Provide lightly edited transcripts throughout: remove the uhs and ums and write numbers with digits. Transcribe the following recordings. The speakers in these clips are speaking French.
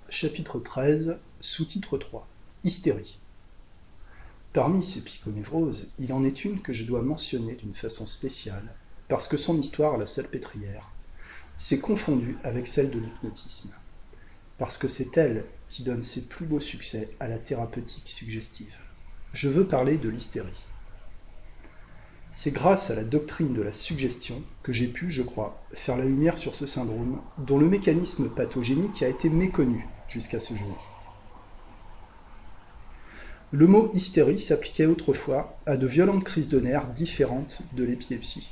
Chapitre 13, sous-titre 3. Hystérie. Parmi ces psychonévroses, il en est une que je dois mentionner d'une façon spéciale, parce que son histoire à la Salpêtrière s'est confondue avec celle de l'hypnotisme, parce que c'est elle qui donne ses plus beaux succès à la thérapeutique suggestive. Je veux parler de l'hystérie. C'est grâce à la doctrine de la suggestion que j'ai pu, je crois, faire la lumière sur ce syndrome dont le mécanisme pathogénique a été méconnu jusqu'à ce jour. Le mot hystérie s'appliquait autrefois à de violentes crises de nerfs différentes de l'épilepsie.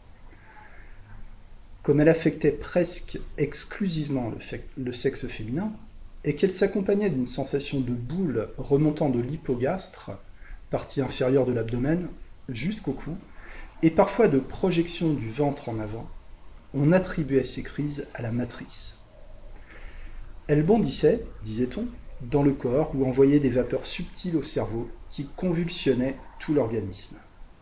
Comme elle affectait presque exclusivement le sexe féminin, et qu'elle s'accompagnait d'une sensation de boule remontant de l'hypogastre, partie inférieure de l'abdomen, jusqu'au cou, et parfois de projection du ventre en avant, on attribuait ces crises à la matrice. Elle bondissait, disait-on, dans le corps ou envoyait des vapeurs subtiles au cerveau qui convulsionnaient tout l'organisme.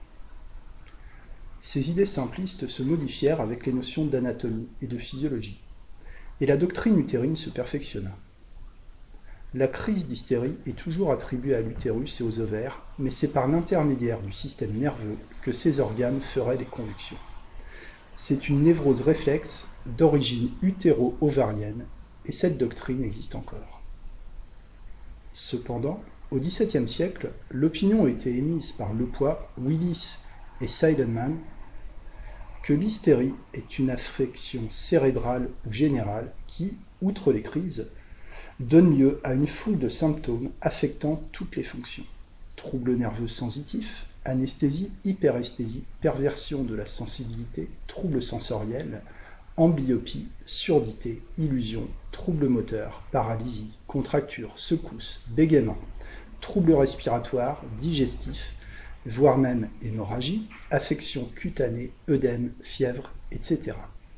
Ces idées simplistes se modifièrent avec les notions d'anatomie et de physiologie, et la doctrine utérine se perfectionna. La crise d'hystérie est toujours attribuée à l'utérus et aux ovaires, mais c'est par l'intermédiaire du système nerveux que ces organes feraient les convulsions. C'est une névrose réflexe d'origine utéro-ovarienne, et cette doctrine existe encore. Cependant, au XVIIe siècle, l'opinion a été émise par Lepoix, Willis et Seidenmann que l'hystérie est une affection cérébrale ou générale qui, outre les crises, donne lieu à une foule de symptômes affectant toutes les fonctions. Troubles nerveux sensitifs, anesthésie, hyperesthésie, perversion de la sensibilité, troubles sensoriels, amblyopie, surdité, illusion, troubles moteurs, paralysie, contracture, secousse, bégaiement, troubles respiratoires, digestifs, voire même hémorragie, affections cutanées, œdème, fièvre, etc.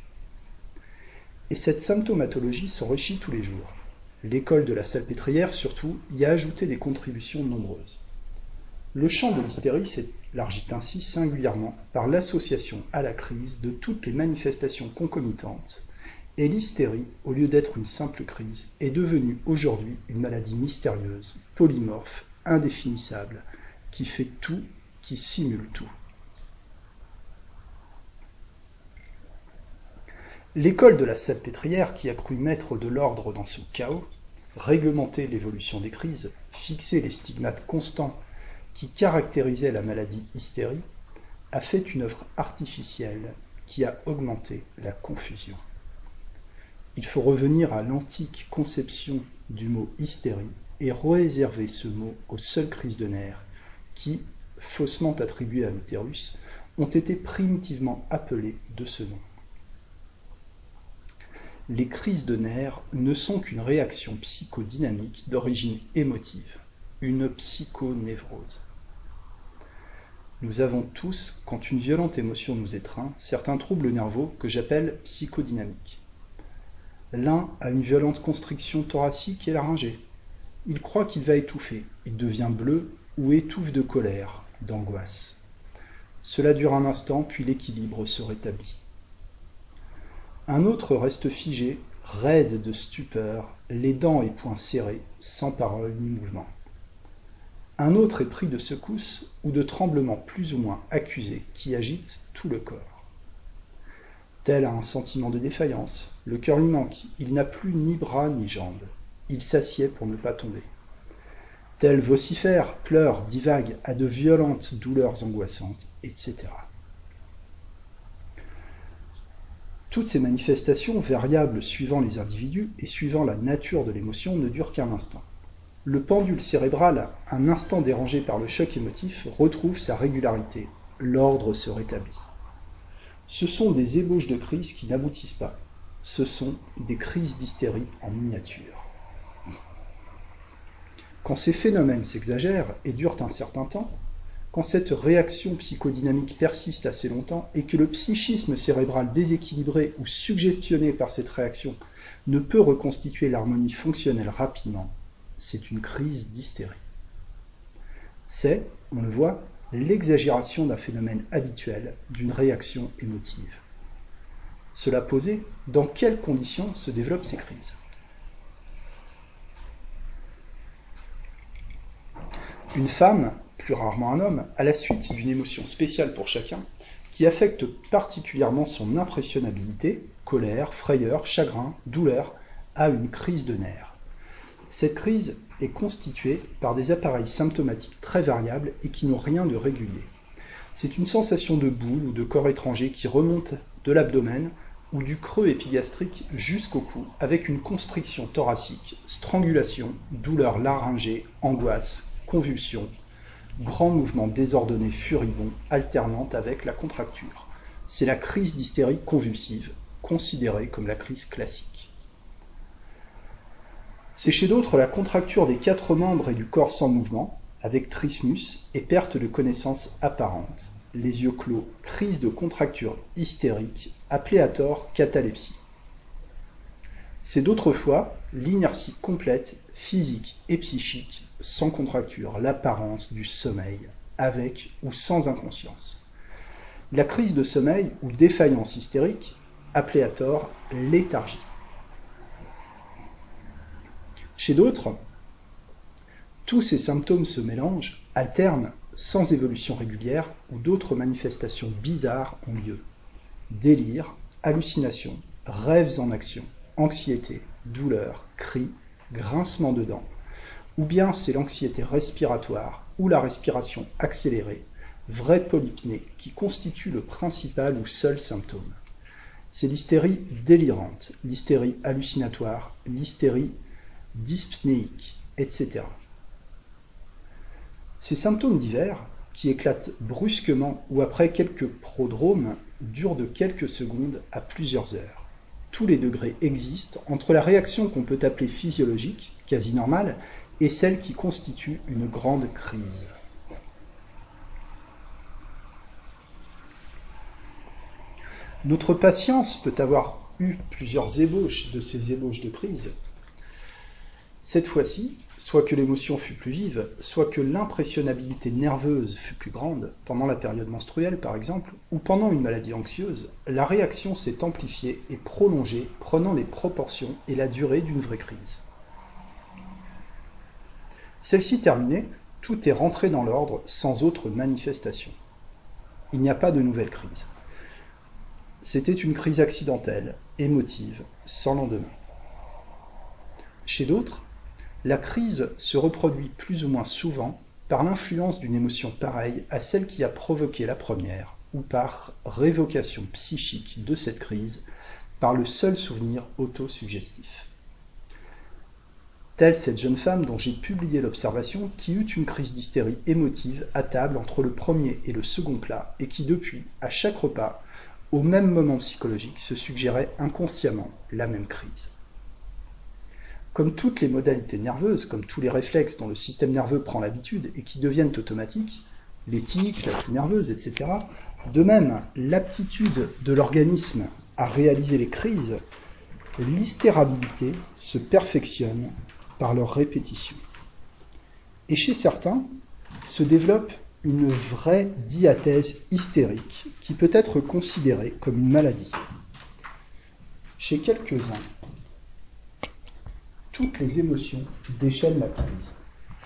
Et cette symptomatologie s'enrichit tous les jours. L'école de la Salpêtrière, surtout, y a ajouté des contributions nombreuses. Le champ de l'hystérie s'élargit ainsi singulièrement par l'association à la crise de toutes les manifestations concomitantes, et l'hystérie, au lieu d'être une simple crise, est devenue aujourd'hui une maladie mystérieuse, polymorphe, indéfinissable, qui fait tout, qui simule tout. L'école de la Salpêtrière, qui a cru mettre de l'ordre dans ce chaos, réglementer l'évolution des crises, fixer les stigmates constants qui caractérisaient la maladie hystérie, a fait une œuvre artificielle qui a augmenté la confusion. Il faut revenir à l'antique conception du mot hystérie et réserver ce mot aux seules crises de nerfs qui, faussement attribuées à l'utérus, ont été primitivement appelées de ce nom. Les crises de nerfs ne sont qu'une réaction psychodynamique d'origine émotive, une psychonévrose. Nous avons tous, quand une violente émotion nous étreint, certains troubles nerveux que j'appelle psychodynamiques. L'un a une violente constriction thoracique et laryngée. Il croit qu'il va étouffer. Il devient bleu ou étouffe de colère, d'angoisse. Cela dure un instant, puis l'équilibre se rétablit. Un autre reste figé, raide de stupeur, les dents et poings serrés, sans parole ni mouvement. Un autre est pris de secousses ou de tremblements plus ou moins accusés qui agitent tout le corps. Tel a un sentiment de défaillance, le cœur lui manque, il n'a plus ni bras ni jambes. Il s'assied pour ne pas tomber. Tel vocifère, pleure, divague, a de violentes douleurs angoissantes, etc. Toutes ces manifestations, variables suivant les individus et suivant la nature de l'émotion, ne durent qu'un instant. Le pendule cérébral, un instant dérangé par le choc émotif, retrouve sa régularité. L'ordre se rétablit. Ce sont des ébauches de crise qui n'aboutissent pas. Ce sont des crises d'hystérie en miniature. Quand ces phénomènes s'exagèrent et durent un certain temps, quand cette réaction psychodynamique persiste assez longtemps et que le psychisme cérébral déséquilibré ou suggestionné par cette réaction ne peut reconstituer l'harmonie fonctionnelle rapidement, c'est une crise d'hystérie. C'est, on le voit, l'exagération d'un phénomène habituel, d'une réaction émotive. Cela posé, dans quelles conditions se développent ces crises ? Une femme, plus rarement un homme, à la suite d'une émotion spéciale pour chacun, qui affecte particulièrement son impressionnabilité, colère, frayeur, chagrin, douleur, a une crise de nerfs. Cette crise est constituée par des appareils symptomatiques très variables et qui n'ont rien de régulier. C'est une sensation de boule ou de corps étranger qui remonte de l'abdomen ou du creux épigastrique jusqu'au cou avec une constriction thoracique, strangulation, douleur laryngée, angoisse, convulsions, grands mouvements désordonnés furibonds alternant avec la contracture. C'est la crise d'hystérie convulsive, considérée comme la crise classique. C'est chez d'autres la contracture des 4 membres et du corps sans mouvement, avec trismus et perte de connaissance apparente. Les yeux clos, crise de contracture hystérique, appelée à tort catalepsie. C'est d'autres fois l'inertie complète, physique et psychique, sans contracture, l'apparence du sommeil, avec ou sans inconscience. La crise de sommeil ou défaillance hystérique, appelée à tort léthargie. Chez d'autres, tous ces symptômes se mélangent, alternent, sans évolution régulière, ou d'autres manifestations bizarres ont lieu. Délire, hallucinations, rêves en action, anxiété, douleur, cris, grincement de dents, ou bien c'est l'anxiété respiratoire ou la respiration accélérée, vraie polypnée qui constitue le principal ou seul symptôme. C'est l'hystérie délirante, l'hystérie hallucinatoire, l'hystérie dyspnéique, etc. Ces symptômes divers, qui éclatent brusquement ou après quelques prodromes, durent de quelques secondes à plusieurs heures. Tous les degrés existent entre la réaction qu'on peut appeler physiologique, quasi normale, et celle qui constitue une grande crise. Notre patience peut avoir eu plusieurs ébauches de ces ébauches de crise. Cette fois-ci, soit que l'émotion fut plus vive, soit que l'impressionnabilité nerveuse fut plus grande, pendant la période menstruelle par exemple, ou pendant une maladie anxieuse, la réaction s'est amplifiée et prolongée, prenant les proportions et la durée d'une vraie crise. Celle-ci terminée, tout est rentré dans l'ordre sans autre manifestation. Il n'y a pas de nouvelle crise. C'était une crise accidentelle, émotive, sans lendemain. Chez d'autres, la crise se reproduit plus ou moins souvent par l'influence d'une émotion pareille à celle qui a provoqué la première, ou par révocation psychique de cette crise, par le seul souvenir autosuggestif. Telle cette jeune femme dont j'ai publié l'observation qui eut une crise d'hystérie émotive à table entre le premier et le second plat et qui depuis, à chaque repas, au même moment psychologique, se suggérait inconsciemment la même crise. Comme toutes les modalités nerveuses, comme tous les réflexes dont le système nerveux prend l'habitude et qui deviennent automatiques, les tics, la toux nerveuse, etc., de même, l'aptitude de l'organisme à réaliser les crises, l'hystérabilité se perfectionne par leur répétition. Et chez certains, se développe une vraie diathèse hystérique qui peut être considérée comme une maladie. Chez quelques-uns, toutes les émotions déchaînent la crise.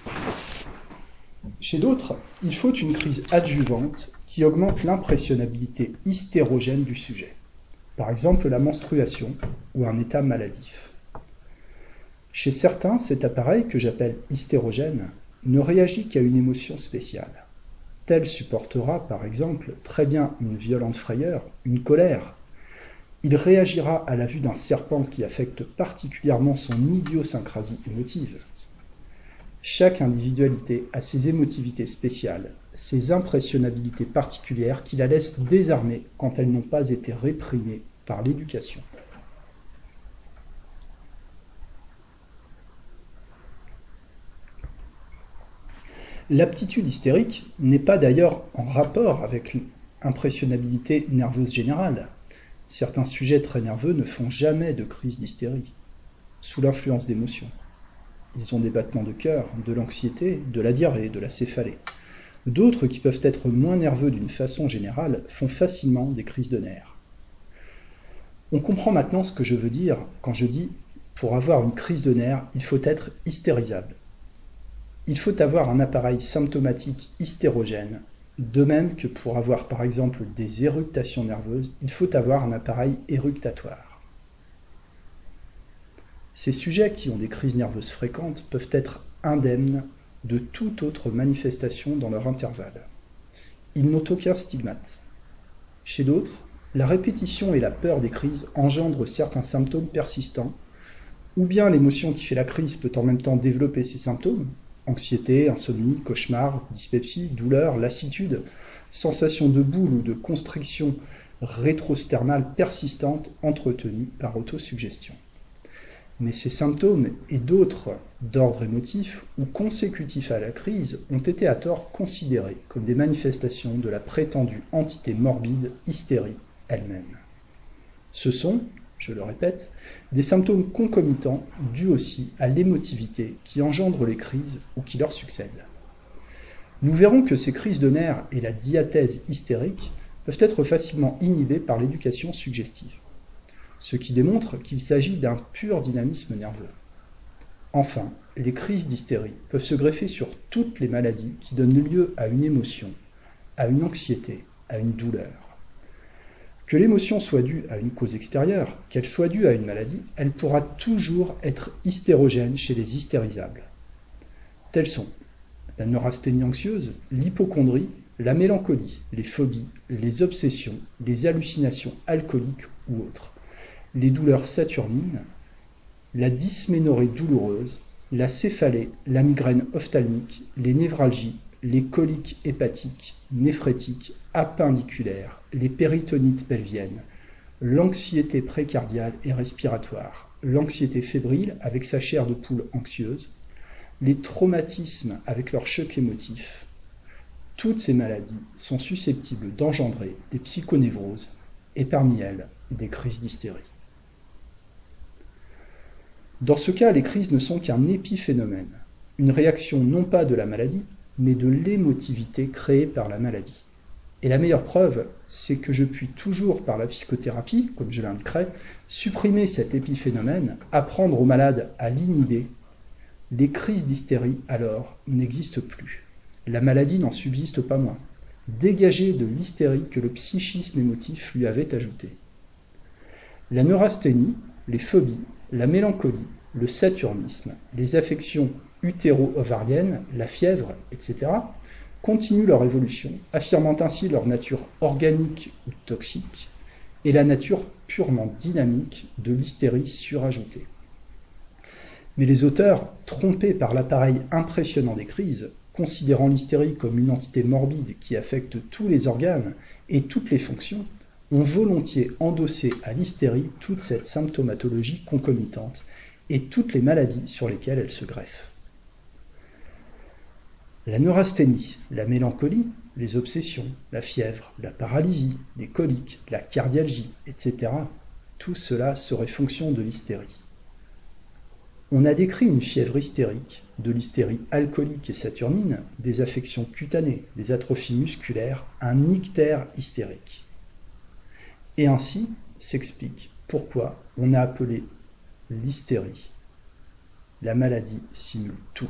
Chez d'autres, il faut une crise adjuvante qui augmente l'impressionnabilité hystérogène du sujet. Par exemple, la menstruation ou un état maladif. Chez certains, cet appareil, que j'appelle hystérogène, ne réagit qu'à une émotion spéciale. Tel supportera, par exemple, très bien une violente frayeur, une colère. Il réagira à la vue d'un serpent qui affecte particulièrement son idiosyncrasie émotive. Chaque individualité a ses émotivités spéciales, ses impressionnabilités particulières qui la laissent désarmée quand elles n'ont pas été réprimées par l'éducation. L'aptitude hystérique n'est pas d'ailleurs en rapport avec l'impressionnabilité nerveuse générale. Certains sujets très nerveux ne font jamais de crise d'hystérie, sous l'influence d'émotions. Ils ont des battements de cœur, de l'anxiété, de la diarrhée, de la céphalée. D'autres, qui peuvent être moins nerveux d'une façon générale, font facilement des crises de nerfs. On comprend maintenant ce que je veux dire quand je dis « pour avoir une crise de nerfs, il faut être hystérisable ». il faut avoir un appareil symptomatique hystérogène, de même que pour avoir par exemple des éructations nerveuses, il faut avoir un appareil éructatoire. Ces sujets qui ont des crises nerveuses fréquentes peuvent être indemnes de toute autre manifestation dans leur intervalle. Ils n'ont aucun stigmate. Chez d'autres, la répétition et la peur des crises engendrent certains symptômes persistants, ou bien l'émotion qui fait la crise peut en même temps développer ces symptômes, anxiété, insomnie, cauchemar, dyspepsie, douleur, lassitude, sensation de boule ou de constriction rétrosternale persistante entretenue par autosuggestion. Mais ces symptômes et d'autres d'ordre émotif ou consécutifs à la crise ont été à tort considérés comme des manifestations de la prétendue entité morbide hystérie elle-même. Ce sont, je le répète, des symptômes concomitants dus aussi à l'émotivité qui engendre les crises ou qui leur succèdent. Nous verrons que ces crises de nerfs et la diathèse hystérique peuvent être facilement inhibées par l'éducation suggestive, ce qui démontre qu'il s'agit d'un pur dynamisme nerveux. Enfin, les crises d'hystérie peuvent se greffer sur toutes les maladies qui donnent lieu à une émotion, à une anxiété, à une douleur. Que l'émotion soit due à une cause extérieure, qu'elle soit due à une maladie, elle pourra toujours être hystérogène chez les hystérisables. Tels sont la neurasthénie anxieuse, l'hypocondrie, la mélancolie, les phobies, les obsessions, les hallucinations alcooliques ou autres, les douleurs saturnines, la dysménorrhée douloureuse, la céphalée, la migraine ophtalmique, les névralgies, les coliques hépatiques, néphrétiques, appendiculaires, les péritonites pelviennes, l'anxiété précardiale et respiratoire, l'anxiété fébrile avec sa chair de poule anxieuse, les traumatismes avec leur choc émotif. Toutes ces maladies sont susceptibles d'engendrer des psychonévroses et parmi elles des crises d'hystérie. Dans ce cas, les crises ne sont qu'un épiphénomène, une réaction non pas de la maladie, mais de l'émotivité créée par la maladie. Et la meilleure preuve, c'est que je puis toujours, par la psychothérapie, comme je l'indiquerai, supprimer cet épiphénomène, apprendre aux malades à l'inhiber. Les crises d'hystérie, alors, n'existent plus. La maladie n'en subsiste pas moins, dégagée de l'hystérie que le psychisme émotif lui avait ajoutée. La neurasthénie, les phobies, la mélancolie, le saturnisme, les affections utéro-ovariennes, la fièvre, etc., continuent leur évolution, affirmant ainsi leur nature organique ou toxique et la nature purement dynamique de l'hystérie surajoutée. Mais les auteurs, trompés par l'appareil impressionnant des crises, considérant l'hystérie comme une entité morbide qui affecte tous les organes et toutes les fonctions, ont volontiers endossé à l'hystérie toute cette symptomatologie concomitante et toutes les maladies sur lesquelles elle se greffe. La neurasthénie, la mélancolie, les obsessions, la fièvre, la paralysie, les coliques, la cardialgie, etc., tout cela serait fonction de l'hystérie. On a décrit une fièvre hystérique, de l'hystérie alcoolique et saturnine, des affections cutanées, des atrophies musculaires, un ictère hystérique. Et ainsi s'explique pourquoi on a appelé l'hystérie. La maladie simule tout.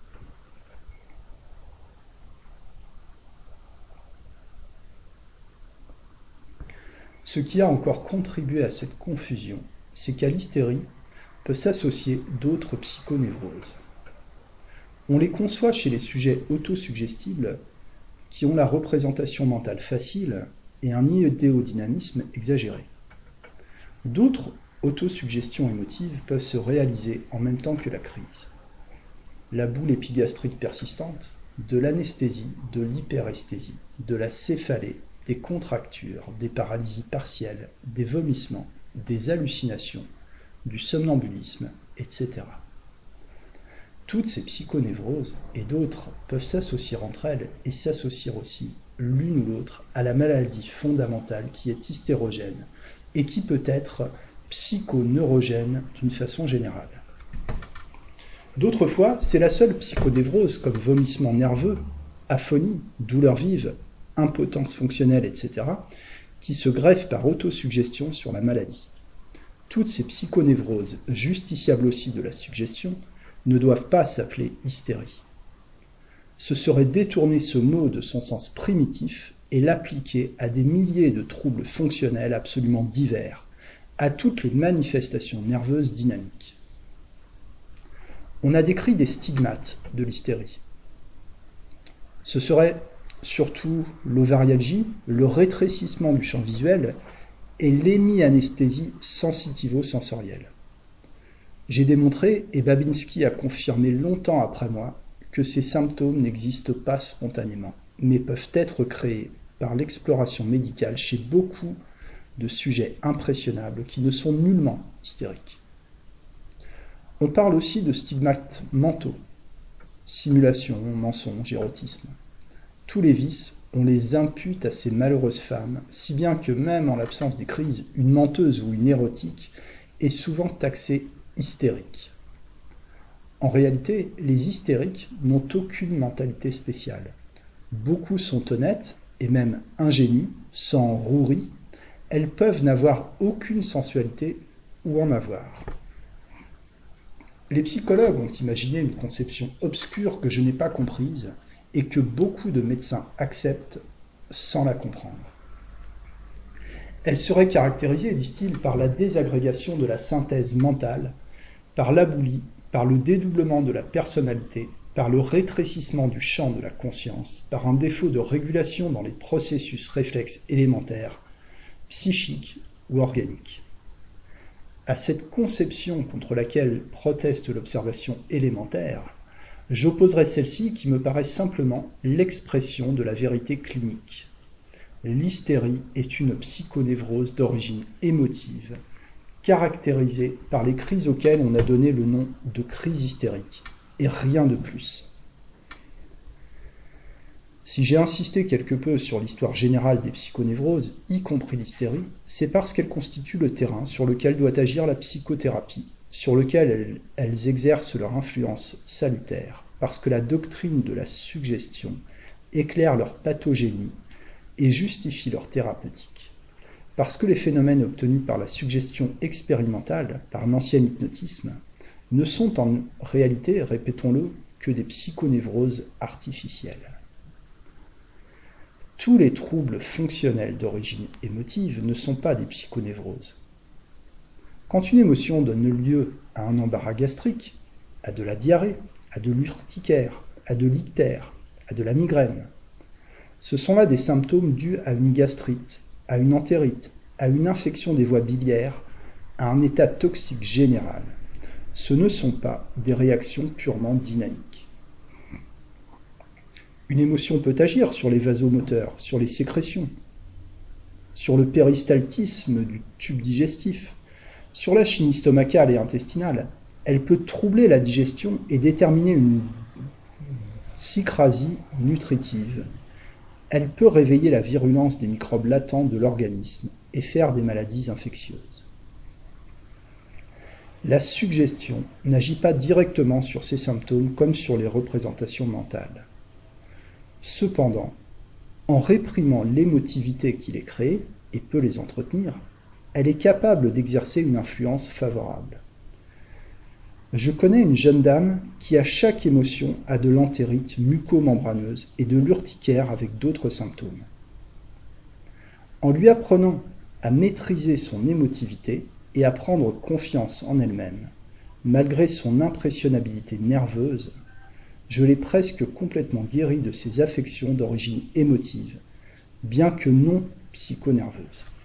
Ce qui a encore contribué à cette confusion, c'est qu'à l'hystérie peut s'associer d'autres psychonévroses. On les conçoit chez les sujets autosuggestibles qui ont la représentation mentale facile et un idéodynamisme exagéré. D'autres autosuggestions émotives peuvent se réaliser en même temps que la crise. La boule épigastrique persistante, de l'anesthésie, de l'hyperesthésie, de la céphalée, des contractures, des paralysies partielles, des vomissements, des hallucinations, du somnambulisme, etc. Toutes ces psychonévroses et d'autres peuvent s'associer entre elles et s'associer aussi, l'une ou l'autre, à la maladie fondamentale qui est hystérogène et qui peut être psychoneurogène d'une façon générale. D'autres fois, c'est la seule psychonévrose comme vomissement nerveux, aphonie, douleur vive, impotence fonctionnelle, etc., qui se greffe par autosuggestion sur la maladie. Toutes ces psychonévroses, justiciables aussi de la suggestion, ne doivent pas s'appeler hystérie. ce serait détourner ce mot de son sens primitif et l'appliquer à des milliers de troubles fonctionnels absolument divers, à toutes les manifestations nerveuses dynamiques. On a décrit des stigmates de l'hystérie. Ce serait surtout l'ovarialgie, le rétrécissement du champ visuel et l'hémianesthésie sensitivo-sensorielle. J'ai démontré, et Babinski a confirmé longtemps après moi, que ces symptômes n'existent pas spontanément, mais peuvent être créés par l'exploration médicale chez beaucoup de sujets impressionnables qui ne sont nullement hystériques. On parle aussi de stigmates mentaux, simulation, mensonge, érotisme. Tous les vices, on les impute à ces malheureuses femmes, si bien que même en l'absence des crises, une menteuse ou une érotique est souvent taxée hystérique. En réalité, les hystériques n'ont aucune mentalité spéciale. Beaucoup sont honnêtes et même ingénues, sans rouerie. Elles peuvent n'avoir aucune sensualité ou en avoir. Les psychologues ont imaginé une conception obscure que je n'ai pas comprise et que beaucoup de médecins acceptent sans la comprendre. Elle serait caractérisée, disent-ils, par la désagrégation de la synthèse mentale, par l'aboulie, par le dédoublement de la personnalité, par le rétrécissement du champ de la conscience, par un défaut de régulation dans les processus réflexes élémentaires, psychiques ou organiques. À cette conception contre laquelle proteste l'observation élémentaire, j'opposerai celle-ci qui me paraît simplement l'expression de la vérité clinique. L'hystérie est une psychonévrose d'origine émotive, caractérisée par les crises auxquelles on a donné le nom de crise hystérique, et rien de plus. Si j'ai insisté quelque peu sur l'histoire générale des psychonévroses, y compris l'hystérie, c'est parce qu'elle constitue le terrain sur lequel doit agir la psychothérapie, sur lequel elles exercent leur influence salutaire, parce que la doctrine de la suggestion éclaire leur pathogénie et justifie leur thérapeutique. Parce que les phénomènes obtenus par la suggestion expérimentale, par l'ancien hypnotisme, ne sont en réalité, répétons-le, que des psychonévroses artificielles. Tous les troubles fonctionnels d'origine émotive ne sont pas des psychonévroses. Quand une émotion donne lieu à un embarras gastrique, à de la diarrhée, à de l'urticaire, à de l'ictère, à de la migraine, ce sont là des symptômes dus à une gastrite, à une entérite, à une infection des voies biliaires, à un état toxique général. Ce ne sont pas des réactions purement dynamiques. Une émotion peut agir sur les vasomoteurs, sur les sécrétions, sur le péristaltisme du tube digestif, sur la chimie stomacale et intestinale. Elle peut troubler la digestion et déterminer une sycrasie nutritive. Elle peut réveiller la virulence des microbes latents de l'organisme et faire des maladies infectieuses. La suggestion n'agit pas directement sur ces symptômes comme sur les représentations mentales. Cependant, en réprimant l'émotivité qui les crée et peut les entretenir, elle est capable d'exercer une influence favorable. Je connais une jeune dame qui à chaque émotion a de l'entérite muco-membraneuse et de l'urticaire avec d'autres symptômes. En lui apprenant à maîtriser son émotivité et à prendre confiance en elle-même, malgré son impressionnabilité nerveuse, je l'ai presque complètement guérie de ses affections d'origine émotive, bien que non psychonerveuse.